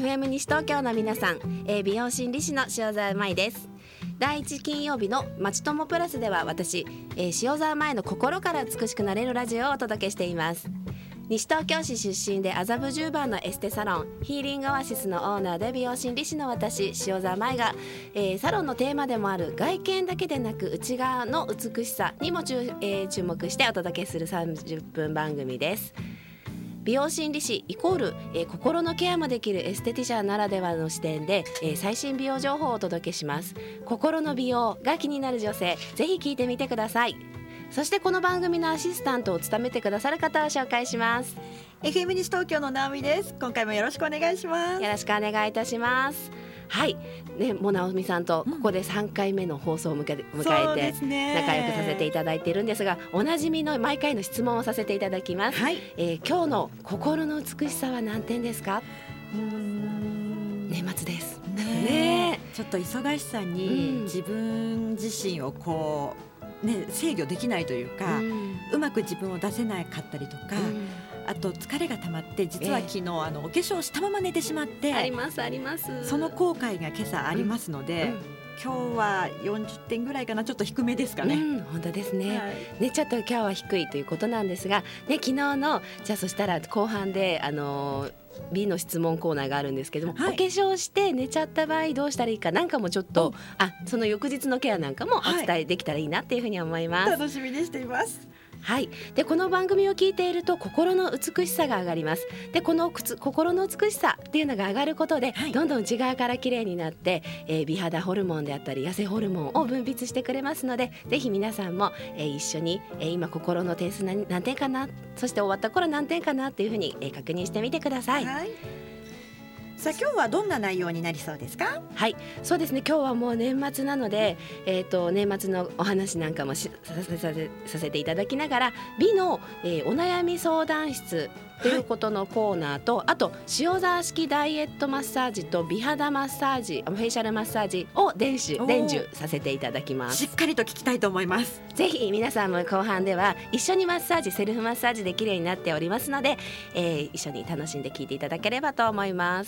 FM 西東京の皆さん、美容心理師の塩沢舞です。第1金曜日のまちともプラスでは私、塩沢舞の心から美しくなれるラジオをお届けしています。西東京市出身で麻布十番のエステサロンヒーリングオアシスのオーナーで美容心理師の私塩沢舞が、サロンのテーマでもある外見だけでなく内側の美しさにも注目してお届けする30分番組です。美容心理師イコール、心のケアもできるエステティシャンならではの視点で、最新美容情報をお届けします。心の美容が気になる女性、ぜひ聞いてみてください。そしてこの番組のアシスタントを務めてくださる方を紹介します。 FM 西東京の直美です。今回もよろしくお願いします。 よろしくお願いいたします。はい、ね、もう直美さんとここで3回目の放送を迎えて仲良くさせていただいているんですが、おなじみの毎回の質問をさせていただきます。 はい、 今日の心の美しさは何点ですか？年末ですね。 ちょっと忙しさに自分自身を制御できないというか、うまく自分を出せなかったりとか、あと疲れが溜まって実は昨日、お化粧したまま寝てしまって、 ありますあります。 その後悔が今朝ありますので、今日は40点ぐらいかな、ちょっと低めですかね。 本当ですね、 はいね、ちょっと今日は低いということなんですが、ね、昨日のじゃあそしたら後半で美の質問コーナーがあるんですけども、 はい、 お化粧して寝ちゃった場合どうしたらいいかなんかもちょっとその翌日のケアなんかもお伝えできたらいいなっていうふうに思います。 楽しみにしています。 はい、でこの番組を聞いていると心の美しさが上がります。でこの心の美しさっていうのが上がることで、どんどん内側から綺麗になって、美肌ホルモンであったり痩せホルモンを分泌してくれますので、ぜひ皆さんも、一緒に、今心の点数何点かな、そして終わった頃何点かなっていうふうに、確認してみてください。 はい、さあ今日はどんな内容になりそうですか？ はい、そうですね、今日はもう年末なので、年末のお話なんかもさせていただきながら美の、お悩み相談室ということのコーナーと、あと塩沢式ダイエットマッサージと美肌マッサージ、フェイシャルマッサージを伝授させていただきます。 しっかりと聞きたいと思います。 ぜひ皆さんも後半では一緒にマッサージ、セルフマッサージできるようになっておりますので、一緒に楽しんで聞いていただければと思います。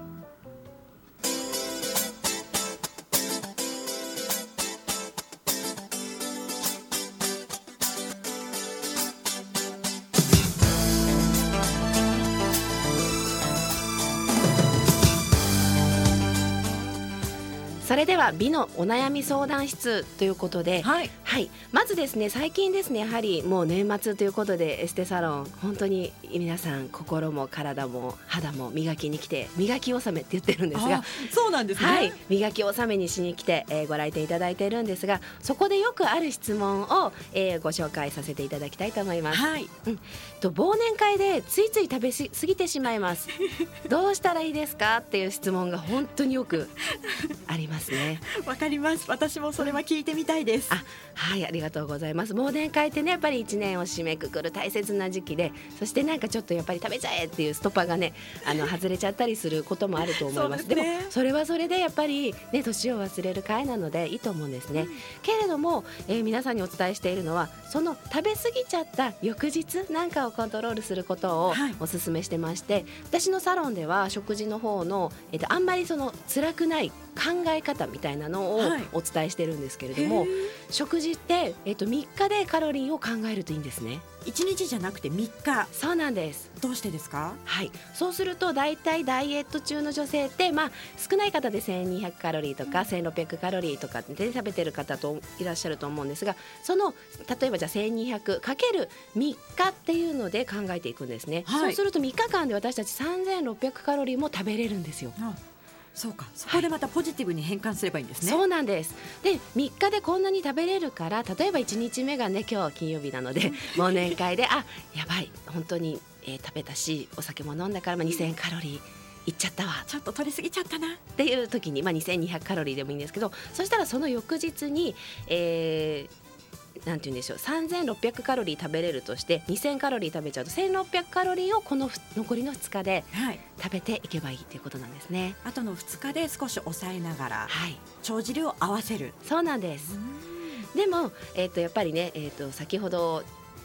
それでは美のお悩み相談室ということで、まずですね、最近ですね、やはりもう年末ということでエステサロン本当に皆さん心も体も肌も磨きに来て、磨き納めって言ってるんですが、 そうなんですね。 はい、磨き納めにしに来て、ご来店いただいているんですが、そこでよくある質問を、ご紹介させていただきたいと思います。忘年会でついつい食べ過ぎてしまいますどうしたらいいですかっていう質問が本当によくありますね。 わかります。私もそれは聞いてみたいです。 はい、ありがとうございます。忘年会ってね、やっぱり1年を締めくくる大切な時期で、そしてなんかちょっとやっぱり食べちゃえっていうストッパーがね外れちゃったりすることもあると思います。でもそれはそれでやっぱりね、年を忘れる会なのでいいと思うんですね。けれども、皆さんにお伝えしているのは、その食べ過ぎちゃった翌日なんかをコントロールすることをお勧めしてまして、私のサロンでは食事の方の、あんまりその辛くない考え方みたいなのをお伝えしてるんですけれども、食事って、3日でカロリーを考えるといいんですね。 1日じゃなくて3日。そうなんです。 どうしてですか？ はい、そうするとだいたいダイエット中の女性って、少ない方で1200カロリーとか1600カロリーとかで食べてる方といらっしゃると思うんですが、その例えばじゃあ1200かける3日っていうので考えていくんですね。そうすると3日間で私たち3600カロリーも食べれるんですよ。 そうか、そこでまたポジティブに変換すればいいんですね。 そうなんです。で3日でこんなに食べれるから、例えば1日目がね、今日金曜日なので忘年会でやばい本当に、食べたしお酒も飲んだから、2000カロリーいっちゃったわ、 ちょっと取りすぎちゃったなっていう時に、2200カロリーでもいいんですけど、そしたらその翌日に、なんて言うんでしょう、3600カロリー食べれるとして2000カロリー食べちゃうと1600カロリーをこの残りの2日で食べていけばいいということなんですね。 あとの2日で少し抑えながら、帳尻を合わせる。 そうなんです。でも、やっぱりね、先ほど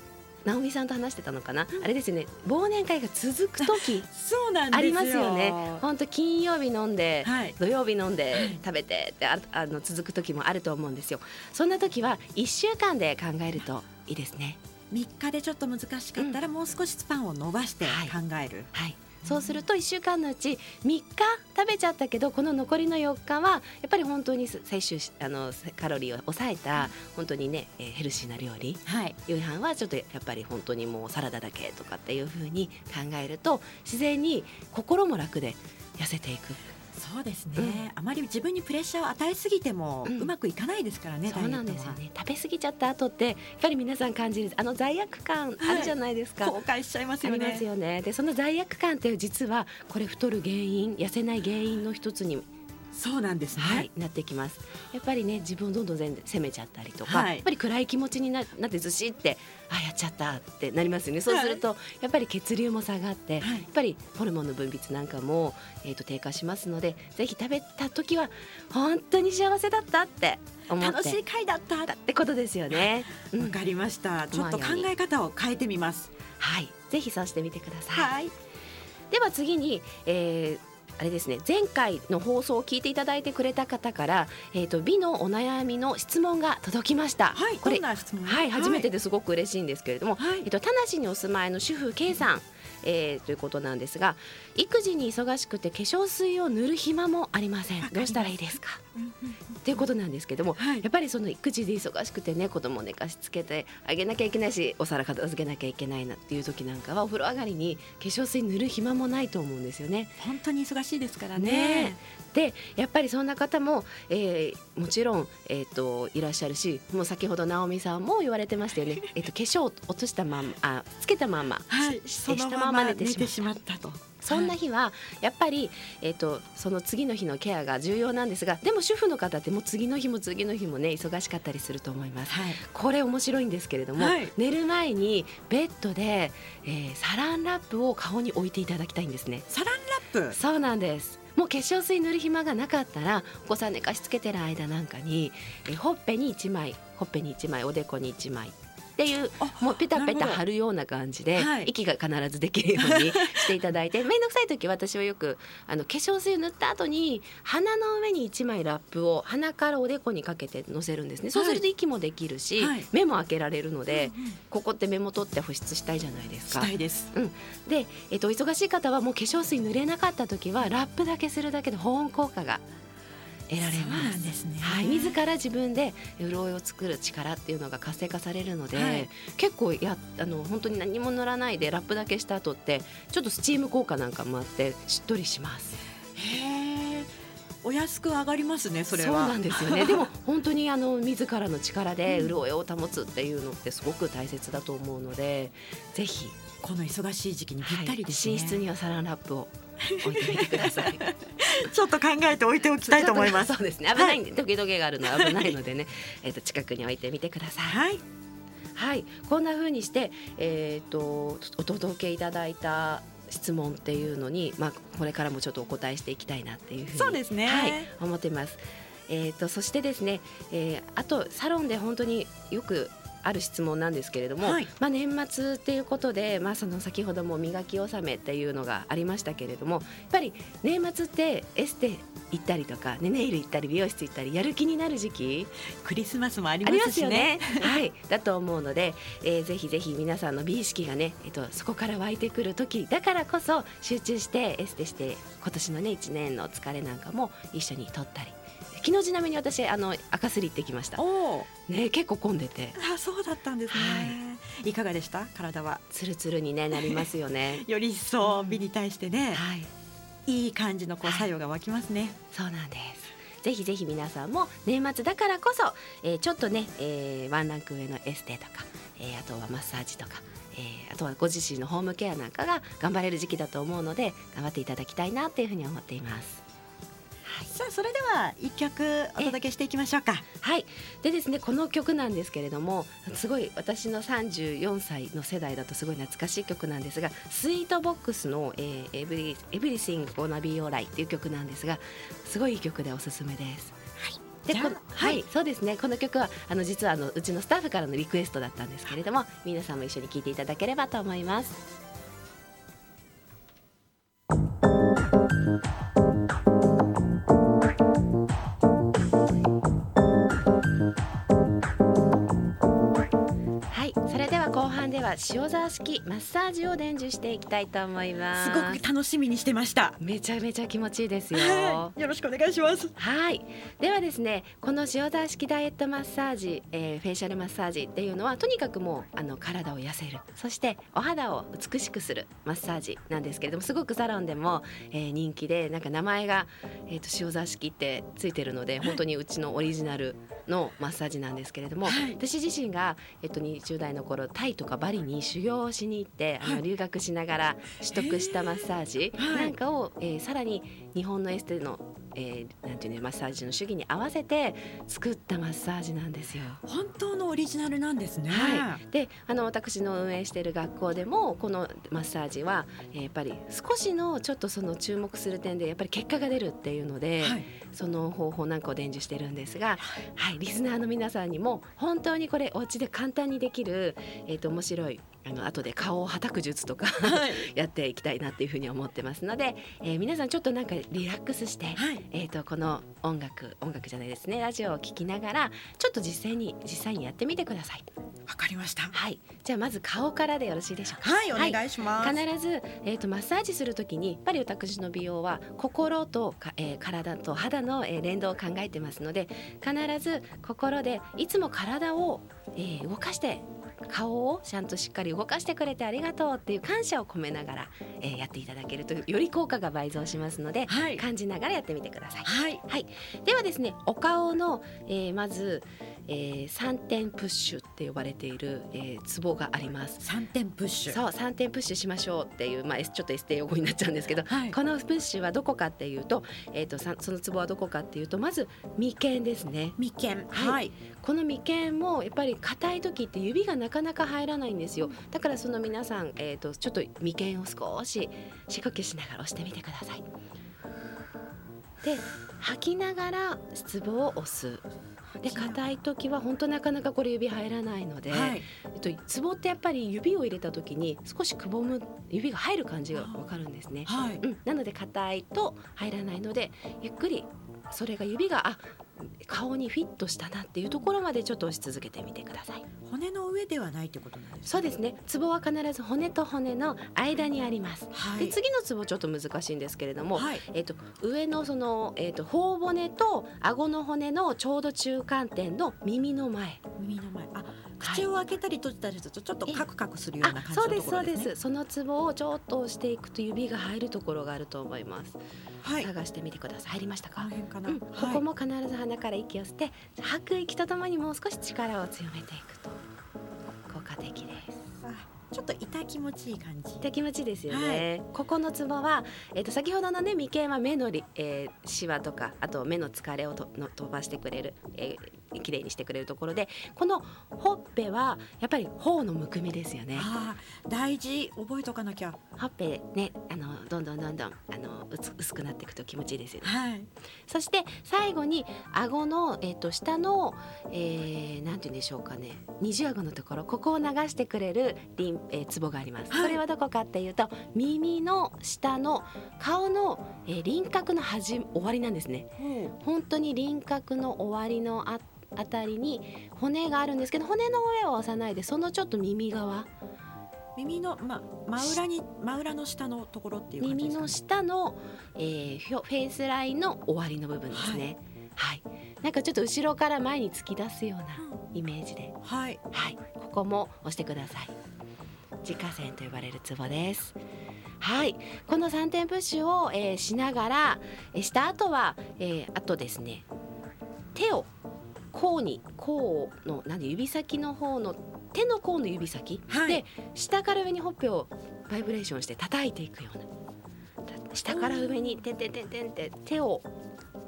直美さんと話してたのかな、あれですよね、忘年会が続く時そうなんですよ、 ありますよね。本当金曜日飲んで、 はい、 土曜日飲んで食べてって続く時もあると思うんですよ。そんな時は1週間で考えるといいですね。 3日でちょっと難しかったら、もう少しスパンを伸ばして考える、 はい、そうすると1週間のうち3日食べちゃったけど、この残りの4日はやっぱり本当に摂取カロリーを抑えた本当にね、ヘルシーな料理、 はい、 夕飯はちょっとやっぱり本当にもうサラダだけとかっていう風に考えると、自然に心も楽で痩せていく。 そうですね、あまり自分にプレッシャーを与えすぎてもうまくいかないですからね、 そうなんですよね。食べ過ぎちゃった後ってやっぱり皆さん感じる罪悪感あるじゃないですか、 後悔しちゃいますよね。 ありますよね。でその罪悪感って実はこれ太る原因、痩せない原因の一つにそうなんですね、 はい、なってきます。やっぱりね、自分をどんどん責めちゃったりとか、 はい、 やっぱり暗い気持ちになってずしってやっちゃったってなりますよね。そうすると、やっぱり血流も下がって、やっぱりホルモンの分泌なんかも、低下しますので、ぜひ食べた時は本当に幸せだったって思って、 楽しい回だったってことですよね。 わかりました。ちょっと考え方を変えてみます。 はい、ぜひそうしてみてください。 はい、 では次に、あれですね、前回の放送を聞いていただいてくれた方から、美のお悩みの質問が届きました。 はい、 これどんな質問？ はい、初めてですごく嬉しいんですけれども、 はい、 田無にお住まいの主婦 K さん、ということなんですが、育児に忙しくて化粧水を塗る暇もありません。どうしたらいいですか？ということなんですけども、 はい、 やっぱりその育児で忙しくてね、子供を寝かしつけてあげなきゃいけないし、お皿片付けなきゃいけないなっていう時なんかは、お風呂上がりに化粧水塗る暇もないと思うんですよね。 本当に忙しいですからね。でやっぱりそんな方も、もちろん、いらっしゃるし、もう先ほど直美さんも言われてましたよね。化粧を落としたままつけたまま、 はい、 したまま寝てしまったと。 そんな日はやっぱり、その次の日のケアが重要なんですが、でも主婦の方ってもう次の日も次の日もね、忙しかったりすると思います。 はい、 これ面白いんですけれども、 はい、寝る前にベッドで、サランラップを顔に置いていただきたいんですね。 サランラップ？ そうなんです。もう化粧水塗る暇がなかったら、お子さん寝かしつけてる間なんかに、ほっぺに1枚、おでこに1枚っていう、もうペタペタ貼るような感じで、はい、息が必ずできるようにしていただいて、めんどくさい時、私はよく化粧水を塗った後に鼻の上に1枚ラップを鼻からおでこにかけてのせるんですね。そうすると息もできるし、はい、目も開けられるので、ここって目元って保湿したいじゃないですか。 したいです、 で、忙しい方はもう化粧水塗れなかった時はラップだけするだけで保温効果が得られます。 そうなんですね。 はい、自ら自分で潤いを作る力っていうのが活性化されるので、はい、結構本当に何も塗らないでラップだけした後ってちょっとスチーム効果なんかもあってしっとりします。 へー、お安く上がりますね。それはそうなんですよね。でも本当に自らの力で潤いを保つっていうのってすごく大切だと思うので、ぜひこの忙しい時期にぴったりですね。 寝室にはサランラップを置いてみてください。 ちょっと考えて置いておきたいと思います。 そうですね、危ないんで、トゲトゲがあるのは危ないのでね近くに置いてみてください。 はい、 はい、こんな風にして、お届けいただいた質問っていうのに、これからもちょっとお答えしていきたいなっていうふうに、 そうですね、 はい、思ってます。そしてですね、あとサロンで本当によくある質問なんですけれども、はい、年末っていうことで、その先ほども磨き納めっていうのがありましたけれども、やっぱり年末ってエステ行ったりとか、ネイル行ったり美容室行ったりやる気になる時期、 クリスマスもありますしね。 はい、だと思うので、ぜひぜひ皆さんの美意識がね、そこから湧いてくる時だからこそ集中してエステして今年のね1年の疲れなんかも一緒に取ったり、昨日ちなみに私赤すり行ってきました。ね、結構混んでて。 そうだったんですね、はい、いかがでした？体はツルツルに、ね、なりますよね。 より一層美に対してね、いい感じの作用が湧きますね。 そうなんです。ぜひぜひ皆さんも年末だからこそ、ちょっとね、ワンランク上のエステとか、あとはマッサージとか、あとはご自身のホームケアなんかが頑張れる時期だと思うので、頑張っていただきたいなっていうふうに思っています。 さあ、それでは一曲お届けしていきましょうか。 はい。でですね、この曲なんですけれども、すごい私の34歳の世代だとすごい懐かしい曲なんですが、スイートボックスの、Everything Gonna Be Alright っていう曲なんですが、すごいいい曲でおすすめです。 はい、 ではい、そうですね。この曲は実はうちのスタッフからのリクエストだったんですけれども、皆さんも一緒に聴いていただければと思います。はい、それでは後半では塩沢式マッサージを伝授していきたいと思います。 すごく楽しみにしてました。 めちゃめちゃ気持ちいいですよ。 よろしくお願いします。 はい、ではですね、この塩沢式ダイエットマッサージ、フェイシャルマッサージっていうのはとにかくもう体を痩せる、そしてお肌を美しくするマッサージなんですけれども、すごくサロンでも、人気で、なんか名前が、塩沢式ってついてるので、本当にうちのオリジナルのマッサージなんですけれども、私自身が、20代の頃タイとかバリに修行をしに行って、留学しながら取得したマッサージなんかを、さらに日本のエステのなんていうね、マッサージの主義に合わせて作ったマッサージなんですよ。 本当のオリジナルなんですね。 はい、で私の運営している学校でもこのマッサージは、やっぱり少しのちょっとその注目する点でやっぱり結果が出るっていうので、その方法なんかを伝授してるんですが、リスナーの皆さんにも本当にこれお家で簡単にできる、面白い後で顔をはたく術とかやっていきたいなっていうふうに思ってますので、皆さんちょっとなんかリラックスして、この音楽じゃないですね、ラジオを聴きながらちょっと実際にやってみてください。 わかりました。 はい、じゃあまず顔からでよろしいでしょうか。 はい、お願いします。 必ず、マッサージするときにやっぱり私の美容は心と体と肌の、連動を考えてますので、必ず心でいつも体を、動かして、顔をちゃんとしっかり動かしてくれてありがとうっていう感謝を込めながら、やっていただけるとより効果が倍増しますので、感じながらやってみてください。ではですね、お顔の、まず、3点プッシュって呼ばれている、ツボがあります。 3点プッシュ。 そう、3点プッシュしましょうっていう、ちょっとエステ用語になっちゃうんですけど、このプッシュはどこかっていうと、そのツボはどこかっていうと、まず眉間ですね。 眉間、 この眉間もやっぱり硬い時って指がなかなか入らないんですよ。だからその皆さん、ちょっと眉間を少し深呼吸しながら押してみてください。で、吐きながらツボを押す。で、硬い時は本当なかなかこれ指入らないので、ツボってやっぱり指を入れた時に少しくぼむ、指が入る感じが分かるんですね。なので硬いと入らないので、ゆっくりそれが指が顔にフィットしたなっていうところまでちょっと押し続けてみてください。 骨の上ではないってことなんですか？ そうですね。ツボは必ず骨と骨の間にあります。で、次のツボちょっと難しいんですけれども、上のその、頬骨と顎の骨のちょうど中間点の耳の前。口を開けたり閉じたりするとちょっとカクカクするような感じのところですね。そうです。そのツボをちょっと押していくと指が入るところがあると思います。探してみてください。入りましたか？ここも必ず鼻から息を吸って、吐く息とともにもう少し力を強めていくと効果的です。 ちょっと痛気持ちいい感じ。 痛気持ちいいですよね。ここのツボは、先ほどのね、眉間は目のシワとか、あと目の疲れを飛ばしてくれる、きれいにしてくれるところで、このほっぺはやっぱり頬のむくみですよね。 大事、覚えとかなきゃ。 ほっぺね、どんどん薄くなっていくと気持ちいいですよね。そして最後に顎の、下の、なんていうんでしょうかね、二重顎のところ、ここを流してくれるツボがあります。それはどこかっていうと、耳の下の顔の、輪郭の終わりなんですね。本当に輪郭の終わりのあたりに骨があるんですけど、骨の上を押さないで、そのちょっと耳側、 耳の、真裏の下のところっていう感じですかね。耳の下の、フェイスラインの終わりの部分ですね。なんかちょっと後ろから前に突き出すようなイメージで、ここも押してください。自家線と呼ばれるツボです。この3点プッシュを、しながら、した後は、あとですね、手を甲の指先の方の手の甲の指先、で下から上にほっぺをバイブレーションして叩いていくような、下から上にてんてんてんてんって手を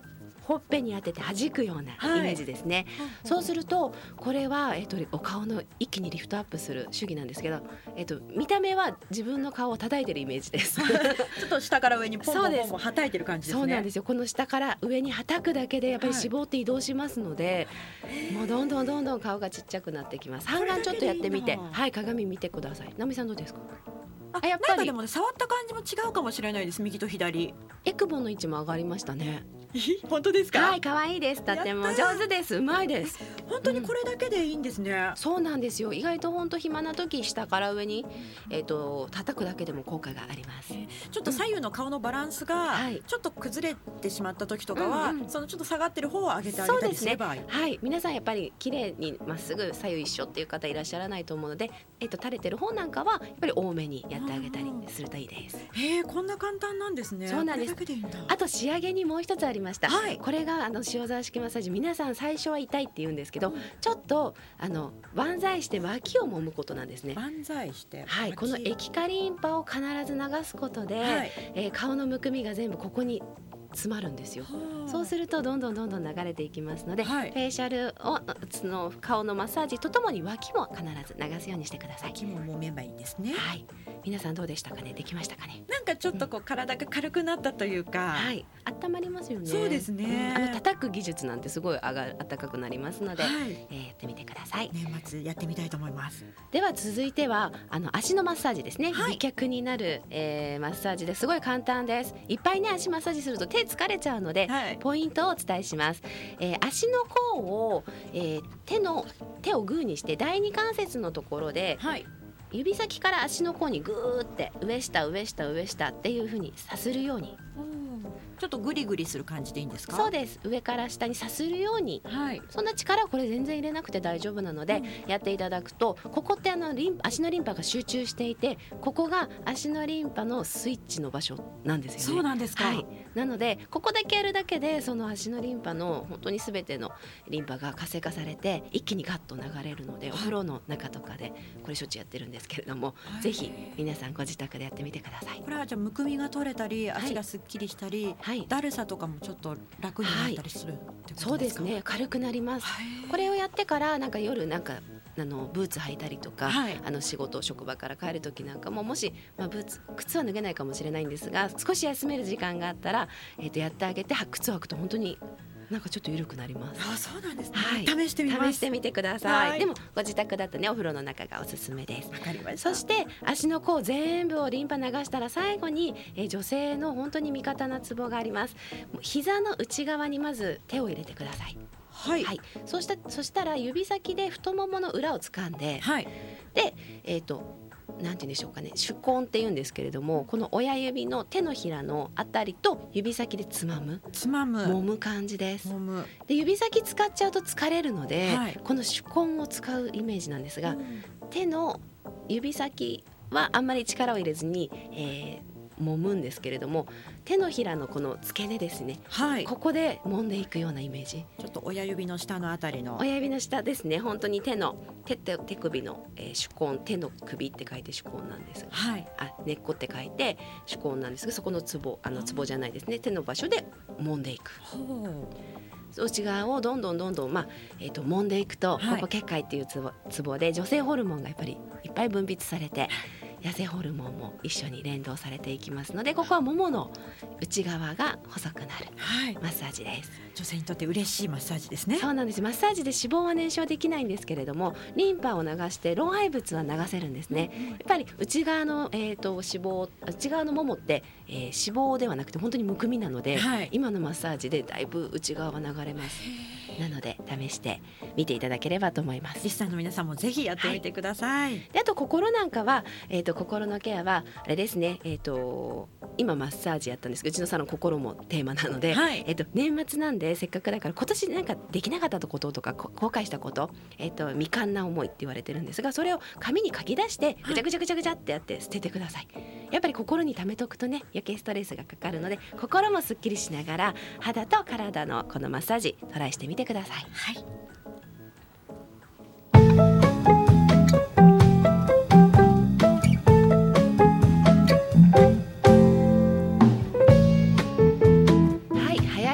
ほっぺに当てて弾くようなイメージですね、そうするとこれは、お顔の一気にリフトアップする手技なんですけど、見た目は自分の顔を叩いてるイメージですちょっと下から上にポンポンポンポン叩いてる感じですね。 そうなんですよ。この下から上に叩くだけでやっぱり脂肪って移動しますので、もうどんどん顔がちっちゃくなってきます。半眼ちょっとやってみて、はい、鏡見てください。直美さんどうですか？ やっぱりなんかでもね、触った感じも違うかもしれないです。右と左、 エクボの位置も上がりましたね。 本当ですか？ はい、可愛いです。とても上手です。うまいです。 本当にこれだけでいいんですね、 そうなんですよ。意外と本当暇な時下から上に、叩くだけでも効果があります。 ちょっと左右の顔のバランスがちょっと崩れてしまった時とかは、そのちょっと下がってる方を上げてあげたりすればいい。 はい、皆さんやっぱり綺麗にまっすぐ左右一緒っていう方いらっしゃらないと思うので、垂れてる方なんかはやっぱり多めにやってあげたりするといいです。 こんな簡単なんですね。 そうなんです。あと仕上げにもう一つありました、これが塩沢式マッサージ、皆さん最初は痛いって言うんですけど、ちょっと万歳して脇を揉むことなんですね。 万歳して、 はい、この液化リンパを必ず流すことで、顔のむくみが全部ここに詰まるんですよ。そうするとどんどん流れていきますので、フェイシャルをの顔のマッサージとともに脇も必ず流すようにしてください。 脇も揉めばいいんですね。 はい、皆さんどうでしたかね？できましたかね？ なんかちょっとこう体が軽くなったというか、 はい、温まりますよね。 そうですね、 叩く技術なんてすごい暖かくなりますので、やってみてください。 年末やってみたいと思います。 では続いては足のマッサージですね。美脚になる、マッサージですごい簡単です。いっぱいね足マッサージすると手疲れちゃうので、ポイントをお伝えします。足の甲を、手をグーにして第二関節のところで、指先から足の甲にグーって上下っていう風にさするように、 ちょっとグリグリする感じでいいんですか？ そうです。上から下にさするように、そんな力はこれ全然入れなくて大丈夫なので、やっていただくと、ここって足のリンパが集中していて、ここが足のリンパのスイッチの場所なんですよね。 そうなんですか？ はい、なのでここだけやるだけでその足のリンパの本当に全てのリンパが活性化されて一気にガッと流れるので、お風呂の中とかでこれしょっちゅうやってるんですけれども、ぜひ皆さんご自宅でやってみてください。 これはじゃあむくみが取れたり、足がすっきりしたり、だるさとかもちょっと楽になったりするってことですか？ そうですね、軽くなります。これをやってから夜ブーツ履いたりとか、仕事職場から帰る時なんかも、もし、靴は脱げないかもしれないんですが、少し休める時間があったら、やってあげて、靴を履くと本当にちょっと緩くなります。 そうなんですね。試してみます。 試してみてください。でもご自宅だとね、お風呂の中がおすすめです。 わかりました。 そして足の甲全部をリンパ流したら、最後に女性の本当に味方なツボがあります。膝の内側にまず手を入れてください。そしたら指先で太ももの裏を掴んで、でなんて言うんでしょうかね、手根って言うんですけれども、この親指の手のひらのあたりと指先でつまむ揉む感じです。で指先使っちゃうと疲れるので、この手根を使うイメージなんですが、手の指先はあんまり力を入れずに、揉むんですけれども、手のひらのこの付け根ですね、ここで揉んでいくようなイメージ。 ちょっと親指の下のあたりの、 親指の下ですね。本当に手首の、手根、手の首って書いて手根なんですが、根っこって書いて手根なんですが、そこのツボじゃないですね、手の場所で揉んでいく。内側をどんどん揉んでいくと、ここ結界っていうツボで女性ホルモンがやっぱりいっぱい分泌されて、痩せホルモンも一緒に連動されていきますので、ここはももの内側が細くなるマッサージです。 女性にとって嬉しいマッサージですね。 そうなんです。マッサージで脂肪は燃焼できないんですけれども、リンパを流して老廃物は流せるんですね。やっぱり内側の、脂肪、内側のももって、脂肪ではなくて本当にむくみなので、今のマッサージでだいぶ内側は流れます。なので試してみていただければと思います。 リスナーの皆さんもぜひやってみてください。 であと心なんかは、心のケアはあれですね、今マッサージやったんですけど、うちのサロン心もテーマなので、年末なんでせっかくだから、今年なんかできなかったこととか後悔したこと、未完な思いって言われてるんですが、それを紙に書き出してぐちゃぐちゃぐちゃぐちゃってやって捨ててください。やっぱり心に溜めとくとね、余計ストレスがかかるので、心もすっきりしながら肌と体のこのマッサージトライしてみてください。早いもので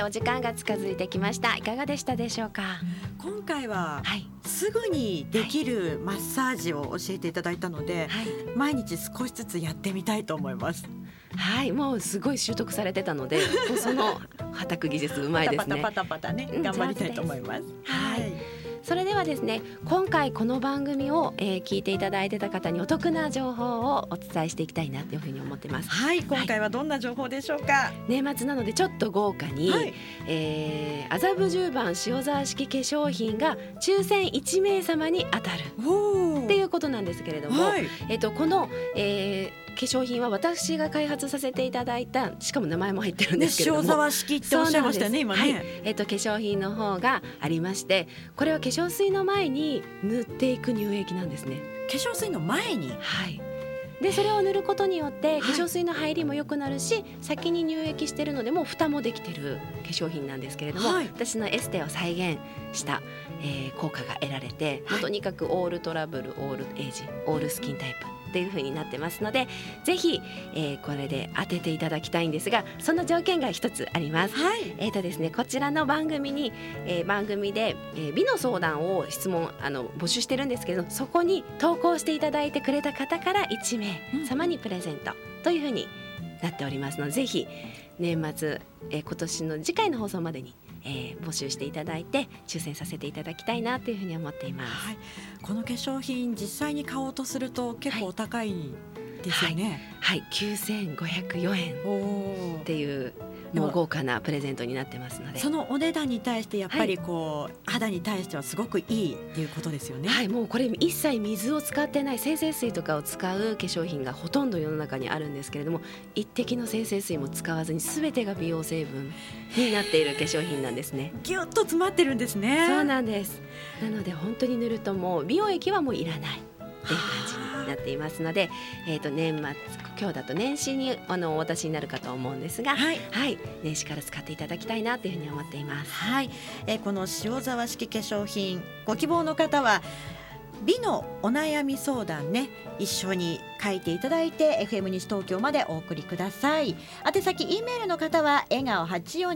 お時間が近づいてきました。いかがでしたでしょうか？ 今回は、 はい、 すぐにできるマッサージを教えていただいたので、 はい、 毎日少しずつやってみたいと思います。 はい、もうすごい習得されてたのでもうそのはたく技術うまいですね。 パタパタね、頑張りたいと思います。 はい、それではですね、今回この番組を、聞いていただいてた方にお得な情報をお伝えしていきたいなというふうに思ってます。 はい、今回はどんな情報でしょうか？ 年末なのでちょっと豪華に、 はい、 麻布十番塩沢式化粧品が抽選1名様に当たるっていうことなんですけれども、 はい、 この、化粧品は私が開発させていただいた、しかも名前も入ってるんですけれども、 塩沢式っておっしゃいましたね今ね。 はい、化粧品の方がありまして、これは化粧水の前に塗っていく乳液なんですね。 化粧水の前に、 はい、でそれを塗ることによって化粧水の入りも良くなるし、先に乳液してるのでもう蓋もできてる化粧品なんですけれども、 はい、 私のエステを再現した、効果が得られて、もうとにかくオールトラブル、オールエイジ、オールスキンタイプっていう風になってますので、ぜひ、これで当てていただきたいんですが、その条件が一つあります。 はい、 ですね、こちらの番組に、番組で、美の相談を質問募集してるんですけど、そこに投稿していただいてくれた方から1名様にプレゼントという風になっておりますので、ぜひ年末、今年の次回の放送までに募集していただいて抽選させていただきたいなというふうに思っています。 はい、この化粧品実際に買おうとすると結構お高いですよね。 はい、はい、9504円っていうもう豪華なプレゼントになってますので、 そのお値段に対してやっぱりこう、肌に対してはすごくいいっていうことですよね。 はい、もうこれ一切水を使ってない精製水とかを使う化粧品がほとんど世の中にあるんですけれども、一滴の精製水も使わずに全てが美容成分になっている化粧品なんですね。 ギュッと詰まってるんですね。 そうなんです。なので本当に塗るともう美容液はもういらないっていう感じになっていますので、年末、今日だと年始にお渡しになるかと思うんですが、 はい、 はい、年始から使っていただきたいなというふうに思っています。 はい、この塩沢式化粧品ご希望の方は美のお悩み相談ね、一緒に書いていただいて FM 西東京までお送りください。宛先 E メールの方は笑顔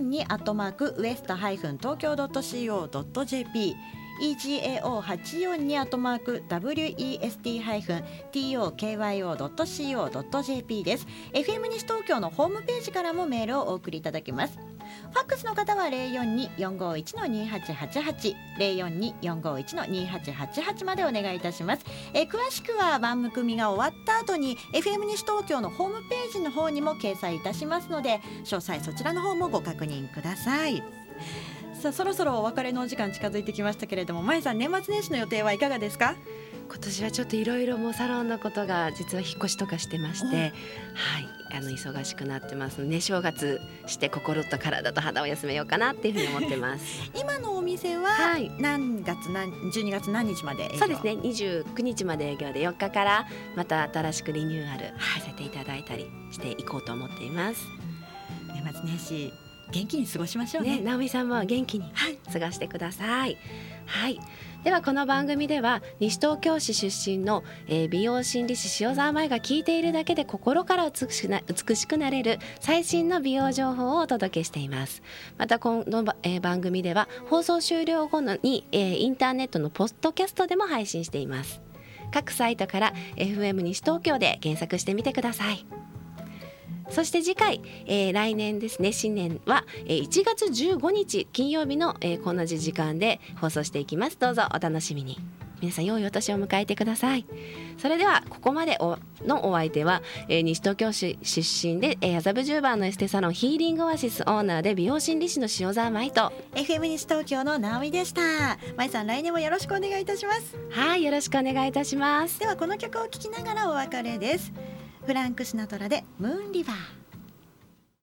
842@west-東京.co.jp egao842@west-tokyo.co.jp です。 FM 西東京のホームページからもメールをお送りいただけます。ファックスの方は 042-451-2888 042-451-2888 までお願いいたします。詳しくは番組が終わった後に FM 西東京のホームページの方にも掲載いたしますので、詳細そちらの方もご確認ください。さあ、そろそろお別れのお時間近づいてきましたけれども、まえさん、年末年始の予定はいかがですか？ 今年はちょっといろいろもうサロンのことが実は引っ越しとかしてまして、はい、忙しくなってますので、正月して心と体と肌を休めようかなっていうふうに思ってます今のお店は何月12月何日まで営業？ そうですね、29日まで営業で4日からまた新しくリニューアルさせていただいたりしていこうと思っています。 年末年始元気に過ごしましょうね。 直美さんも元気に過ごしてください。はい、ではこの番組では西東京市出身の、美容心理師塩沢舞が聞いているだけで心から美しくなれる最新の美容情報をお届けしています。またこの、番組では放送終了後に、インターネットのポッドキャストでも配信しています。各サイトから FM 西東京で検索してみてください。そして次回、来年ですね、新年は、1月15日金曜日の、この時間で放送していきます。どうぞお楽しみに。皆さん良いお年を迎えてください。それではここまでのお相手は、西東京市出身で、麻布十番のエステサロンヒーリングオアシスオーナーで美容心理師の塩沢舞と FM 西東京の直美でした。舞さん、来年もよろしくお願いいたします。 はい、よろしくお願いいたします。 ではこの曲を聴きながらお別れです。フランク・シナトラでムーンリバー。